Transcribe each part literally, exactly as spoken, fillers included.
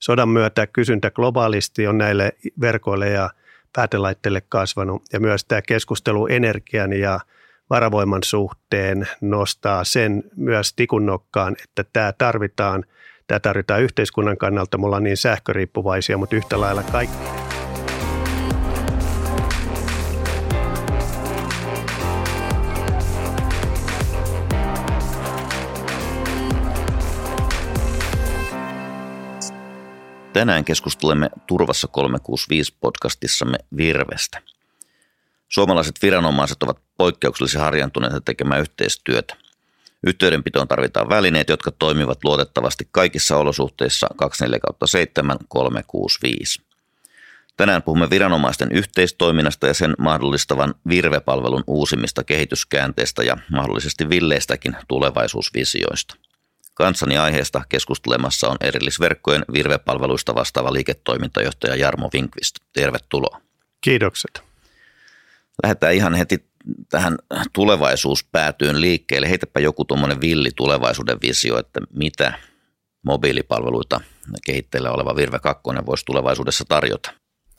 Sodan myötä kysyntä globaalisti on näille verkoille ja päätelaitteille kasvanut ja myös tämä keskustelu energian ja varavoiman suhteen nostaa sen myös tikun nokkaan, että tämä tarvitaan, tämä tarvitaan yhteiskunnan kannalta. Me ollaan niin sähköriippuvaisia, mutta yhtä lailla kaikki. Tänään keskustelemme Turvassa kolmesataakuusikymmentäviisi podcastissamme Virvestä. Suomalaiset viranomaiset ovat poikkeuksellisen harjantuneita tekemään yhteistyötä. Yhteydenpitoon tarvitaan välineet, jotka toimivat luotettavasti kaikissa olosuhteissa kaksikymmentäneljä kautta seitsemän kolmesataakuusikymmentäviisi. Tänään puhumme viranomaisten yhteistoiminnasta ja sen mahdollistavan Virve-palvelun uusimmista kehityskäänteistä ja mahdollisesti villeistäkin tulevaisuusvisioista. Kanssani aiheesta keskustelemassa on erillisverkkojen Virve-palveluista vastaava liiketoimintajohtaja Jarmo Winkvist. Tervetuloa. Kiitokset. Lähdetään ihan heti tähän tulevaisuuspäätyyn liikkeelle. Heitäpä joku tuommoinen villi tulevaisuuden visio, että mitä mobiilipalveluita kehitteillä oleva Virve kaksi voisi tulevaisuudessa tarjota.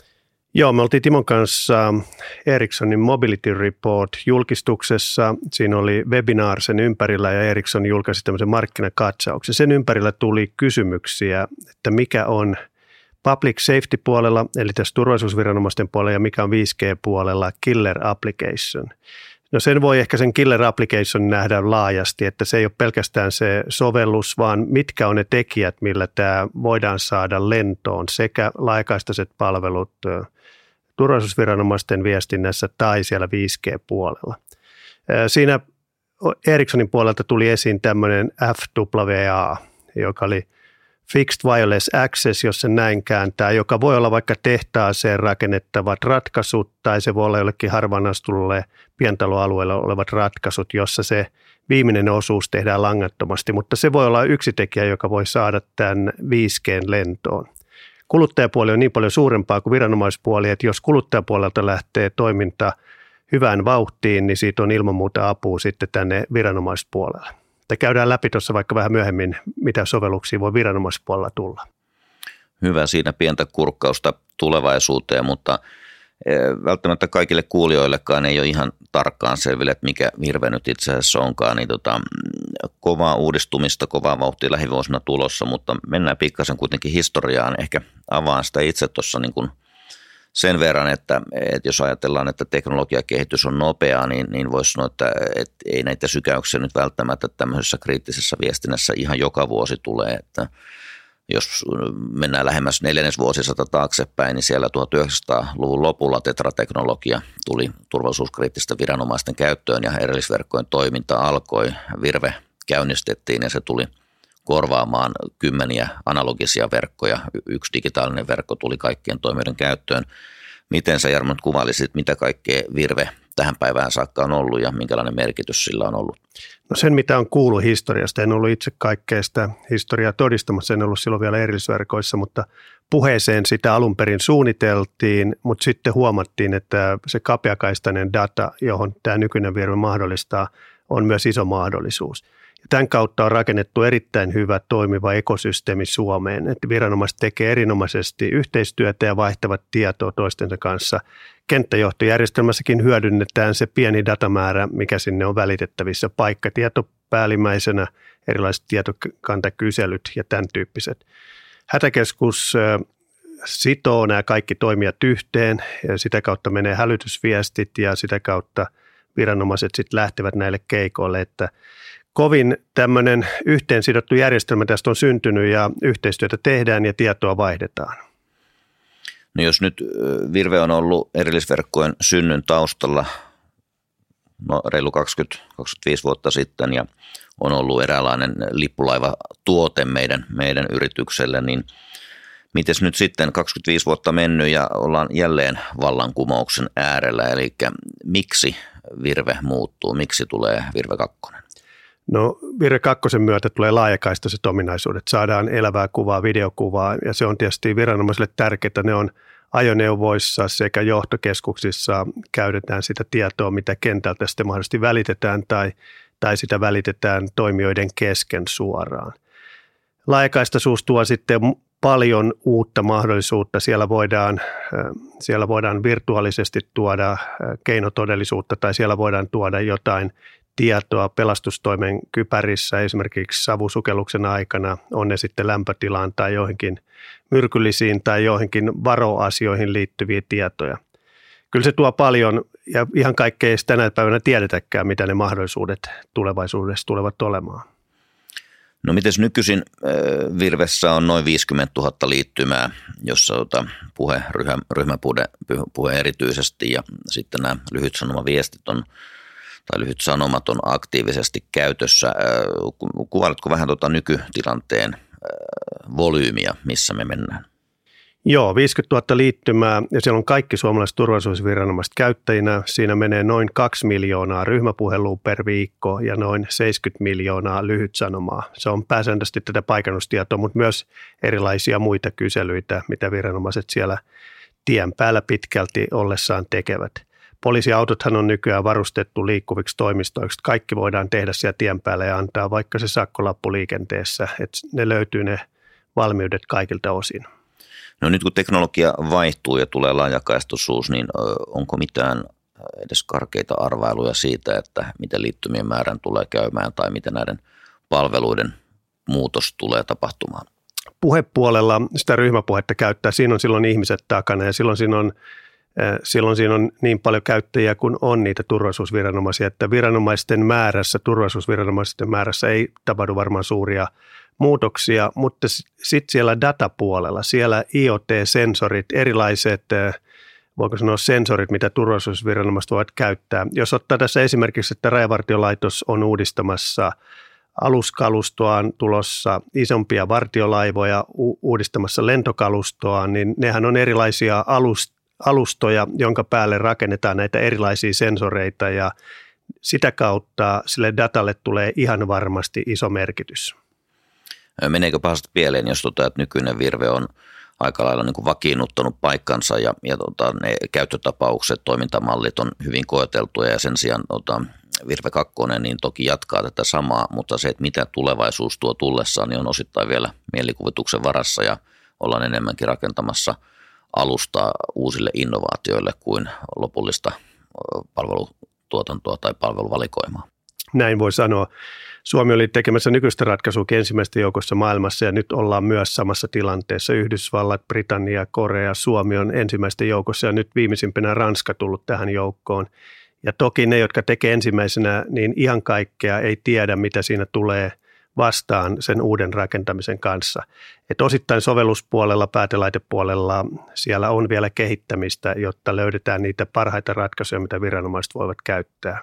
Joo, me oltiin Timon kanssa Ericssonin Mobility Report julkistuksessa. Siinä oli webinar sen ympärillä ja Ericsson julkaisi tämmöisen markkinakatsauksen. Sen ympärillä tuli kysymyksiä, että mikä on public safety puolella, eli tässä turvallisuusviranomaisten puolella ja mikä on viisi G-puolella killer application. No sen voi ehkä sen killer application nähdä laajasti, että se ei ole pelkästään se sovellus, vaan mitkä on ne tekijät, millä tämä voidaan saada lentoon sekä laajakaistaiset palvelut turvallisuusviranomaisten viestinnässä tai siellä viisi G-puolella. Siinä Ericssonin puolelta tuli esiin tämmöinen F W A, joka oli Fixed Wireless Access, jos se näin kääntää, joka voi olla vaikka tehtaaseen rakennettavat ratkaisut tai se voi olla jollekin harvaan asutulle pientaloalueella olevat ratkaisut, jossa se viimeinen osuus tehdään langattomasti, mutta se voi olla yksi tekijä, joka voi saada tämän viisi G:n lentoon. Kuluttajapuoli on niin paljon suurempaa kuin viranomaispuoli, että jos kuluttajapuolelta lähtee toiminta hyvään vauhtiin, niin siitä on ilman muuta apua sitten tänne viranomaispuolelle. Te käydään läpi tuossa vaikka vähän myöhemmin, mitä sovelluksia voi viranomaispuolella tulla. Hyvä, siinä pientä kurkkausta tulevaisuuteen, mutta välttämättä kaikille kuulijoillekaan ei ole ihan tarkkaan selville, että mikä Virve nyt itse asiassa onkaan. Niin tota, kovaa uudistumista, kovaa vauhtia lähivuosina tulossa, mutta mennään pikkasen kuitenkin historiaan. Ehkä avaan sitä itse tuossa niin kuin sen verran, että, että jos ajatellaan, että teknologiakehitys on nopeaa, niin, niin voisi sanoa, että, että ei näitä sykäyksiä nyt välttämättä tämmöisessä kriittisessä viestinnässä ihan joka vuosi tulee. Että jos mennään lähemmäs neljännesvuosisata taaksepäin, niin siellä tuhatyhdeksänsataaluvun lopulla tetrateknologia tuli turvallisuuskriittistä viranomaisten käyttöön ja erillisverkkojen toiminta alkoi. Virve käynnistettiin ja se tuli korvaamaan kymmeniä analogisia verkkoja. Yksi digitaalinen verkko tuli kaikkien toimijoiden käyttöön. Miten sä, Jarmo, kuvailisit, mitä kaikkea Virve tähän päivään saakka on ollut ja minkälainen merkitys sillä on ollut? No sen, mitä on kuullut historiasta. En ollut itse kaikkea sitä historiaa todistamassa, en ollut silloin vielä erillisverkoissa, mutta puheeseen sitä alun perin suunniteltiin, mutta sitten huomattiin, että se kapeakaistainen data, johon tämä nykyinen Virve mahdollistaa, on myös iso mahdollisuus. Tämän kautta on rakennettu erittäin hyvä toimiva ekosysteemi Suomeen, että viranomaiset tekee erinomaisesti yhteistyötä ja vaihtavat tietoa toistensa kanssa. Kenttäjohtojärjestelmässäkin hyödynnetään se pieni datamäärä, mikä sinne on välitettävissä, paikkatieto päällimmäisenä, erilaiset tietokantakyselyt ja tämän tyyppiset. Hätäkeskus sitoo nämä kaikki toimijat yhteen ja sitä kautta menee hälytysviestit ja sitä kautta viranomaiset sitten lähtevät näille keikoille, että kovin tämmöinen yhteensidottu järjestelmä tästä on syntynyt ja yhteistyötä tehdään ja tietoa vaihdetaan. No jos nyt Virve on ollut erillisverkkojen synnyn taustalla no reilu kaksikymmentä kaksikymmentäviisi vuotta sitten ja on ollut eräänlainen lippulaiva tuote meidän, meidän yritykselle, niin miten nyt sitten kaksikymmentäviisi vuotta mennyt ja ollaan jälleen vallankumouksen äärellä, eli miksi Virve muuttuu, miksi tulee Virve kaksi? No Virve kaksi myötä tulee laajakaistaiset ominaisuudet, saadaan elävää kuvaa, videokuvaa ja se on tietysti viranomaisille tärkeää, ne on ajoneuvoissa sekä johtokeskuksissa käytetään sitä tietoa, mitä kentältä sitten mahdollisesti välitetään tai, tai sitä välitetään toimijoiden kesken suoraan. Laajakaistaisuus tuo sitten paljon uutta mahdollisuutta. Siellä voidaan, siellä voidaan virtuaalisesti tuoda keinotodellisuutta tai siellä voidaan tuoda jotain tietoa pelastustoimen kypärissä esimerkiksi savusukelluksen aikana, on ne sitten lämpötilaan tai joihinkin myrkyllisiin tai joihinkin varoasioihin liittyviä tietoja. Kyllä se tuo paljon ja ihan kaikkea ei tänä päivänä tiedetäkään, mitä ne mahdollisuudet tulevaisuudessa tulevat olemaan. No mites nykyisin Virvessä on noin viisikymmentätuhatta liittymää, jossa tota, puhe, ryhmä, ryhmäpuhe puhe erityisesti ja sitten nämä lyhytsanomaviestit on tai lyhyt sanomat on aktiivisesti käytössä. Kuvailetko vähän tuota nykytilanteen volyymiä, missä me mennään? Joo, viisikymmentätuhatta liittymää ja siellä on kaikki suomalaiset turvallisuusviranomaiset käyttäjinä. Siinä menee noin kaksi miljoonaa ryhmäpuhelua per viikko ja noin seitsemänkymmentä miljoonaa lyhytsanomaa. Se on pääsääntöisesti tätä paikannustietoa, mutta myös erilaisia muita kyselyitä, mitä viranomaiset siellä tien päällä pitkälti ollessaan tekevät. Poliisiautothan on nykyään varustettu liikkuviksi toimistoiksi. Kaikki voidaan tehdä siellä tien päällä ja antaa vaikka se sakkolappu liikenteessä, että ne löytyy ne valmiudet kaikilta osin. No nyt kun teknologia vaihtuu ja tulee laajakaistoisuus, niin onko mitään edes karkeita arvailuja siitä, että miten liittymien määrän tulee käymään tai miten näiden palveluiden muutos tulee tapahtumaan? Puhepuolella sitä ryhmäpuhetta käyttää, siinä on silloin ihmiset takana ja silloin siinä on Silloin siinä on niin paljon käyttäjiä kuin on niitä turvallisuusviranomaisia, että viranomaisten määrässä, turvallisuusviranomaisten määrässä ei tapahdu varmaan suuria muutoksia, mutta sitten siellä datapuolella, siellä I O T-sensorit, erilaiset, voiko sanoa sensorit, mitä turvallisuusviranomaiset voivat käyttää. Jos ottaa tässä esimerkiksi, että Rajavartiolaitos on uudistamassa aluskalustoaan, tulossa isompia vartiolaivoja, uudistamassa lentokalustoaan, niin nehän on erilaisia alustoja. alustoja, jonka päälle rakennetaan näitä erilaisia sensoreita ja sitä kautta sille datalle tulee ihan varmasti iso merkitys. Meneekö pahasti pieleen, jos tota, että nykyinen Virve on aika lailla niin kuin vakiinnuttanut paikkansa ja, ja tota, ne käyttötapaukset, toimintamallit on hyvin koeteltuja ja sen sijaan tota, Virve kaksi niin toki jatkaa tätä samaa, mutta se, että mitä tulevaisuus tuo tullessaan, niin on osittain vielä mielikuvituksen varassa ja ollaan enemmänkin rakentamassa alustaa uusille innovaatioille kuin lopullista palvelutuotantoa tai palveluvalikoimaa. Näin voi sanoa. Suomi oli tekemässä nykyistä ratkaisua ensimmäisten joukossa maailmassa ja nyt ollaan myös samassa tilanteessa. Yhdysvallat, Britannia, Korea, Suomi on ensimmäisten joukossa ja nyt viimeisimpänä Ranska tullut tähän joukkoon. Ja toki ne, jotka tekee ensimmäisenä, niin ihan kaikkea ei tiedä, mitä siinä tulee vastaan sen uuden rakentamisen kanssa. Et osittain sovelluspuolella, päätelaitepuolella siellä on vielä kehittämistä, jotta löydetään niitä parhaita ratkaisuja, mitä viranomaiset voivat käyttää.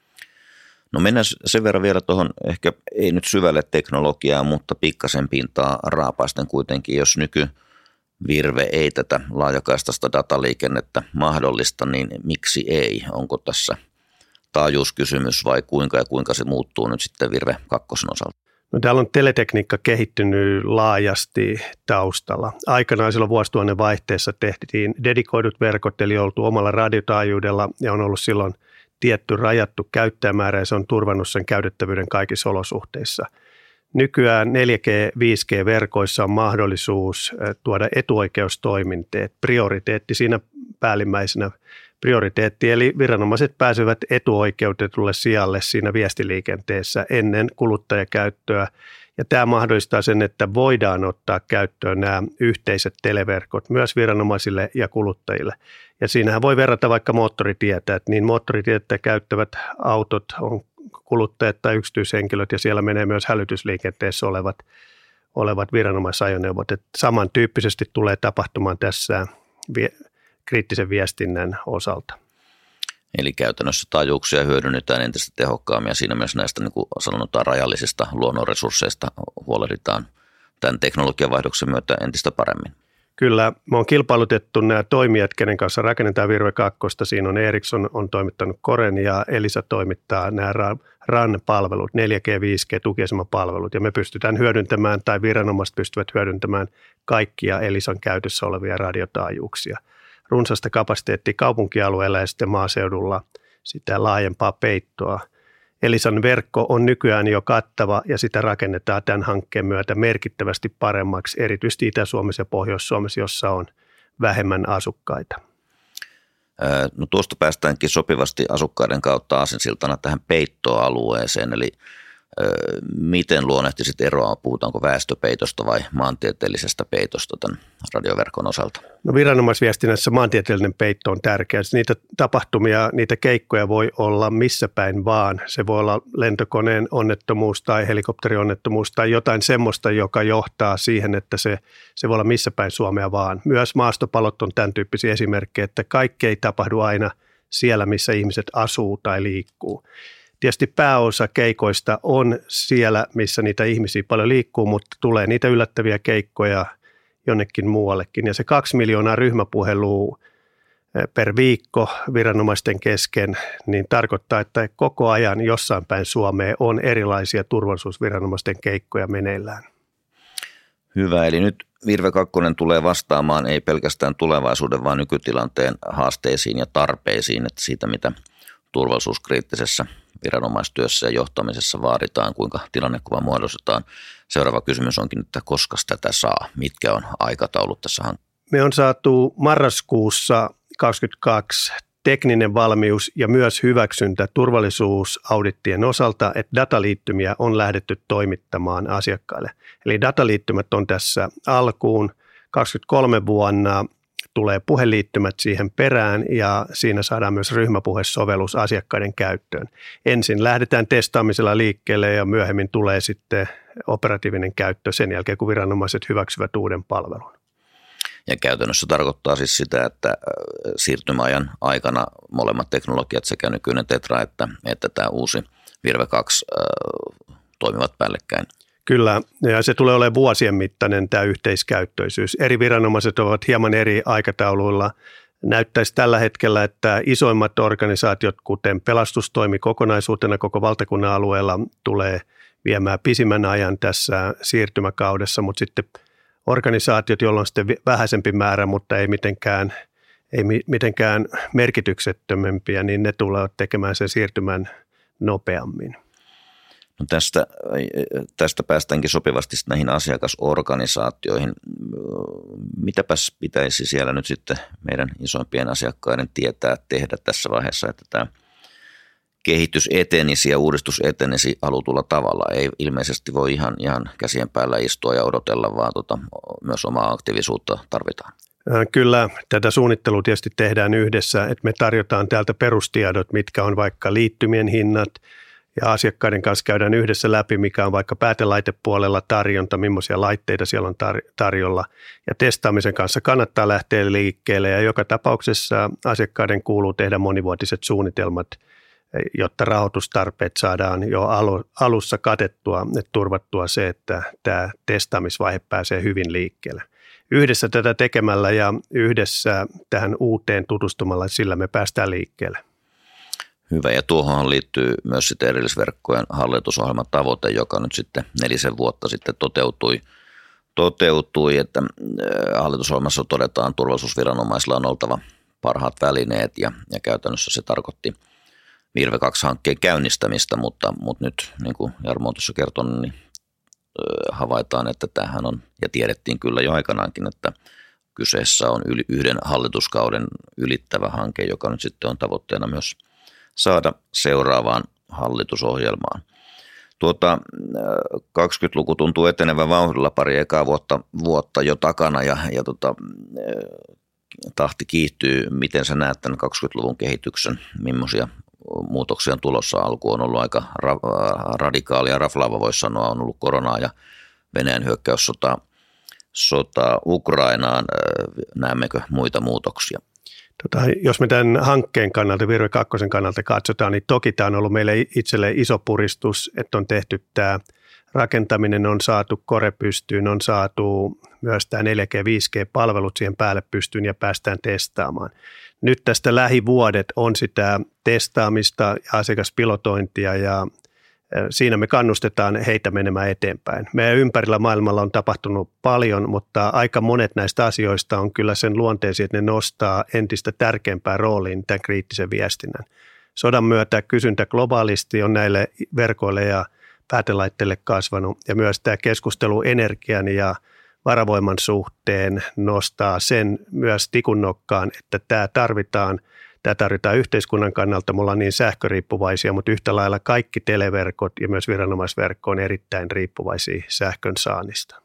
No mennään sen verran vielä tuohon, ehkä ei nyt syvälle teknologiaa, mutta pikkasen pintaa raapaisten kuitenkin, jos nykyvirve ei tätä laajakaistasta dataliikennettä mahdollista, niin miksi ei? Onko tässä taajuuskysymys vai kuinka ja kuinka se muuttuu nyt sitten Virve kakkosen osalta? No, täällä on teletekniikka kehittynyt laajasti taustalla. Aikanaan silloin vuosituhannen vaihteessa tehtiin dedikoidut verkot, eli oltu omalla radiotaajuudella ja on ollut silloin tietty rajattu käyttäjämäärä ja se on turvannut sen käytettävyyden kaikissa olosuhteissa. Nykyään neljä G, viisi G-verkoissa on mahdollisuus tuoda etuoikeustoiminteet, prioriteetti siinä päällimmäisenä prioriteetti, eli viranomaiset pääsevät etuoikeutetulle sijalle siinä viestiliikenteessä ennen kuluttajakäyttöä. Ja tämä mahdollistaa sen, että voidaan ottaa käyttöön nämä yhteiset televerkot myös viranomaisille ja kuluttajille. Ja siinähän voi verrata vaikka moottoritietä, että niin moottoritietä käyttävät autot on kuluttajat tai yksityishenkilöt ja siellä menee myös hälytysliikenteessä olevat, olevat viranomaisajoneuvot. Että samantyyppisesti tulee tapahtumaan tässä kriittisen viestinnän osalta. Eli käytännössä taajuuksia hyödynnetään entistä tehokkaammin ja siinä myös näistä niin kuin sanotaan rajallisista luonnonresursseista huolehditaan tämän teknologiavaihdoksen myötä entistä paremmin. Kyllä, me on kilpailutettu nämä toimijat, kenen kanssa rakennetaan Virve kaksi. Siinä on Ericsson on toimittanut Koren ja Elisa toimittaa nämä R A N-palvelut, neljä G, viisi G tukiasemapalvelut ja me pystytään hyödyntämään tai viranomaiset pystyvät hyödyntämään kaikkia Elisan käytössä olevia radiotaajuuksia. Runsasta kapasiteettia kaupunkialueella ja sitten maaseudulla sitä laajempaa peittoa. Elisan verkko on nykyään jo kattava ja sitä rakennetaan tämän hankkeen myötä merkittävästi paremmaksi, erityisesti Itä-Suomessa ja Pohjois-Suomessa, jossa on vähemmän asukkaita. No tuosta päästäänkin sopivasti asukkaiden kautta aasinsiltana tähän peittoalueeseen, eli miten luonnehtisit eroa, puhutaanko väestöpeitosta vai maantieteellisestä peitosta tämän radioverkon osalta? No viranomaisviestinnässä maantieteellinen peitto on tärkeä. Niitä tapahtumia, niitä keikkoja voi olla missä päin vaan. Se voi olla lentokoneen onnettomuus tai helikopterionnettomuus tai jotain semmoista, joka johtaa siihen, että se, se voi olla missä päin Suomea vaan. Myös maastopalot on tämän tyyppisiä esimerkkejä, että kaikki ei tapahdu aina siellä, missä ihmiset asuu tai liikkuu. Tietysti pääosa keikoista on siellä, missä niitä ihmisiä paljon liikkuu, mutta tulee niitä yllättäviä keikkoja jonnekin muuallekin. Ja se kaksi miljoonaa ryhmäpuhelua per viikko viranomaisten kesken, niin tarkoittaa, että koko ajan jossain päin Suomea on erilaisia turvallisuusviranomaisten keikkoja meneillään. Hyvä, eli nyt Virve kaksi tulee vastaamaan ei pelkästään tulevaisuuden, vaan nykytilanteen haasteisiin ja tarpeisiin, että siitä mitä turvallisuuskriittisessä viranomaistyössä ja johtamisessa vaaditaan, kuinka tilannekuva muodostetaan. Seuraava kysymys onkin, että koska tätä saa, mitkä on aikataulut tässä hankkeessa? Me on saatu marraskuussa kaksikymmentäkaksi tekninen valmius ja myös hyväksyntä turvallisuusaudittien osalta, että dataliittymiä on lähdetty toimittamaan asiakkaille. Eli dataliittymät on tässä alkuun kaksikymmentäkolme vuonna. Tulee puheliittymät siihen perään ja siinä saadaan myös ryhmäpuhesovellus asiakkaiden käyttöön. Ensin lähdetään testaamisella liikkeelle ja myöhemmin tulee sitten operatiivinen käyttö sen jälkeen, kun viranomaiset hyväksyvät uuden palvelun. Ja käytännössä tarkoittaa siis sitä, että siirtymäajan aikana molemmat teknologiat, sekä nykyinen Tetra että, että tämä uusi Virve kaksi äh, toimivat päällekkäin. Kyllä, ja se tulee olemaan vuosien mittainen tämä yhteiskäyttöisyys. Eri viranomaiset ovat hieman eri aikatauluilla. Näyttäisi tällä hetkellä, että isoimmat organisaatiot, kuten pelastustoimi kokonaisuutena koko valtakunnan alueella, tulee viemään pisimmän ajan tässä siirtymäkaudessa, mutta sitten organisaatiot, joilla on sitten vähäisempi määrä, mutta ei mitenkään, ei mitenkään merkityksettömämpiä, niin ne tulevat tekemään sen siirtymän nopeammin. No tästä, tästä päästäänkin sopivasti näihin asiakasorganisaatioihin. Mitäpäs pitäisi siellä nyt sitten meidän isoimpien asiakkaiden tietää tehdä tässä vaiheessa, että tämä kehitys etenisi ja uudistus etenisi halutulla tavalla? Ei ilmeisesti voi ihan, ihan käsien päällä istua ja odotella, vaan tota, myös omaa aktiivisuutta tarvitaan. Kyllä, tätä suunnittelua tietysti tehdään yhdessä, että me tarjotaan täältä perustiedot, mitkä on vaikka liittymien hinnat, ja asiakkaiden kanssa käydään yhdessä läpi, mikä on vaikka päätelaitepuolella tarjonta, millaisia laitteita siellä on tar- tarjolla. Ja testaamisen kanssa kannattaa lähteä liikkeelle ja joka tapauksessa asiakkaiden kuuluu tehdä monivuotiset suunnitelmat, jotta rahoitustarpeet saadaan jo alussa katettua, että turvattua se, että tämä testaamisvaihe pääsee hyvin liikkeelle. Yhdessä tätä tekemällä ja yhdessä tähän uuteen tutustumalla, sillä me päästään liikkeelle. Hyvä, ja tuohon liittyy myös sitten erillisverkkojen hallitusohjelman tavoite, joka nyt sitten nelisen vuotta sitten toteutui, toteutui että hallitusohjelmassa todetaan, että turvallisuusviranomaisilla on oltava parhaat välineet, ja, ja käytännössä se tarkoitti Virve kaksi-hankkeen käynnistämistä, mutta, mutta nyt, niin kuin Jarmo on tuossa kertonut, niin havaitaan, että tämähän on, ja tiedettiin kyllä jo aikanaankin, että kyseessä on yli yhden hallituskauden ylittävä hanke, joka nyt sitten on tavoitteena myös saada seuraavaan hallitusohjelmaan. Tuota, kaksikymmentäluku tuntuu etenevän vauhdilla, pari ekaa vuotta, vuotta jo takana ja, ja tota, tahti kiihtyy. Miten sä näet tämän kaksikymmentäluvun kehityksen? Millaisia muutoksia on tulossa? Alku on ollut aika ra- radikaalia, raflaava voisi sanoa, on ollut koronaa ja Venäjän hyökkäyssota sota Ukrainaan. Näemmekö muita muutoksia? Tota, jos me tämän hankkeen kannalta, Virve kakkosen kannalta katsotaan, niin toki tämä on ollut meille itselle iso puristus, että on tehty tämä rakentaminen, on saatu kore pystyyn, on saatu myös tämä neljä G, viisi G-palvelut siihen päälle pystyyn ja päästään testaamaan. Nyt tästä lähivuodet on sitä testaamista ja asiakaspilotointia ja siinä me kannustetaan heitä menemään eteenpäin. Meidän ympärillä maailmalla on tapahtunut paljon, mutta aika monet näistä asioista on kyllä sen luonteisia, että ne nostaa entistä tärkeämpään rooliin tämän kriittisen viestinnän. sodan myötä kysyntä globaalisti on näille verkoille ja päätelaitteille kasvanut ja myös tämä keskustelu energian ja varavoiman suhteen nostaa sen myös tikun nokkaan, että tämä tarvitaan, tämä tarvitaan yhteiskunnan kannalta. Me ollaan niin sähköriippuvaisia, mutta yhtä lailla kaikki televerkot ja myös viranomaisverkko on erittäin riippuvaisia sähkön saannista.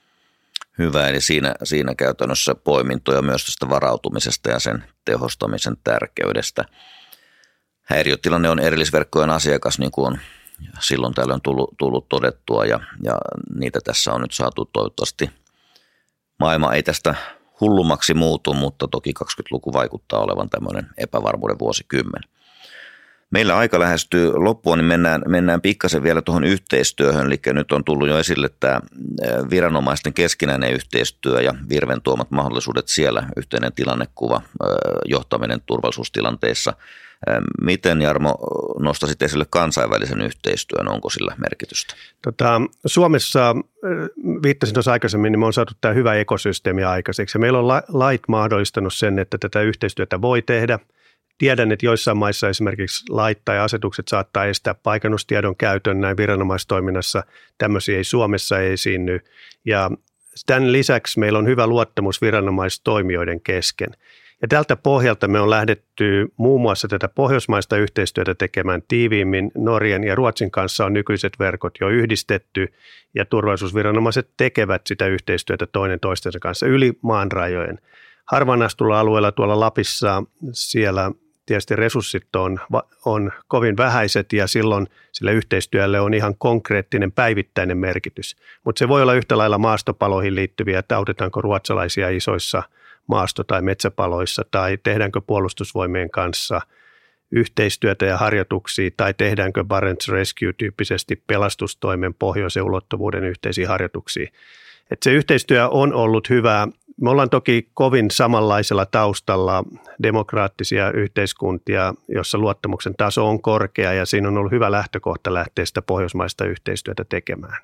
Hyvä, eli siinä, siinä käytännössä poimintoja myös tästä varautumisesta ja sen tehostamisen tärkeydestä. Häiriötilanne on erillisverkkojen asiakas, niin kuin on silloin tällöin tullut, tullut todettua ja, ja niitä tässä on nyt saatu toivottavasti. Maailma ei tästä hullummaksi muutu, mutta toki kaksikymmentäluku vaikuttaa olevan tämmöinen epävarmuuden vuosikymmen. Meillä aika lähestyy loppua, niin mennään, mennään pikkasen vielä tuohon yhteistyöhön. Eli nyt on tullut jo esille tämä viranomaisten keskinäinen yhteistyö ja Virven tuomat mahdollisuudet siellä, yhteinen tilannekuva, johtaminen turvallisuustilanteissa. Miten, Jarmo, nostasit esille kansainvälisen yhteistyön, onko sillä merkitystä? Tota, Suomessa, viittasin tuossa aikaisemmin, niin me on saatu tämä hyvä ekosysteemi aikaiseksi. Meillä on lait mahdollistanut sen, että tätä yhteistyötä voi tehdä. Tiedän, että joissain maissa esimerkiksi lait tai asetukset saattaa estää paikannustiedon käytön näin viranomaistoiminnassa. Tämmöisiä ei Suomessa esiinny. Ja tämän lisäksi meillä on hyvä luottamus viranomaistoimijoiden kesken. Ja tältä pohjalta me on lähdetty muun muassa tätä pohjoismaista yhteistyötä tekemään tiiviimmin. Norjan ja Ruotsin kanssa on nykyiset verkot jo yhdistetty ja turvallisuusviranomaiset tekevät sitä yhteistyötä toinen toistensa kanssa yli maan rajojen. Harvaan asutulla alueella tuolla Lapissa siellä tietysti resurssit on, on kovin vähäiset ja silloin sille yhteistyölle on ihan konkreettinen päivittäinen merkitys. Mutta se voi olla yhtä lailla maastopaloihin liittyviä, että autetaanko ruotsalaisia isoissa maasto- tai metsäpaloissa tai tehdäänkö puolustusvoimien kanssa yhteistyötä ja harjoituksia tai tehdäänkö Barents Rescue-tyyppisesti pelastustoimen pohjoisen ulottuvuuden yhteisiä harjoituksia. Et se yhteistyö on ollut hyvää. Me ollaan toki kovin samanlaisella taustalla demokraattisia yhteiskuntia, jossa luottamuksen taso on korkea ja siinä on ollut hyvä lähtökohta lähteä sitä pohjoismaista yhteistyötä tekemään.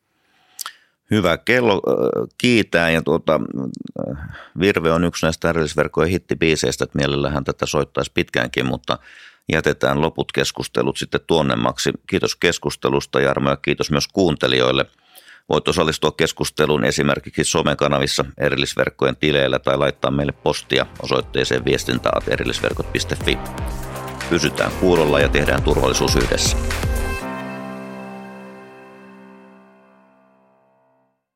Hyvä. Kello kiitää ja tuota, Virve on yksi näistä erillisverkkojen hittibiiseistä, että mielellähän tätä soittaisi pitkäänkin, mutta jätetään loput keskustelut sitten tuonnemmaksi. Kiitos keskustelusta, Jarmo, ja kiitos myös kuuntelijoille. Voit osallistua keskusteluun esimerkiksi somekanavissa erillisverkkojen tileillä tai laittaa meille postia osoitteeseen viestintä at erillisverkot piste fi. Pysytään kuulolla ja tehdään turvallisuus yhdessä.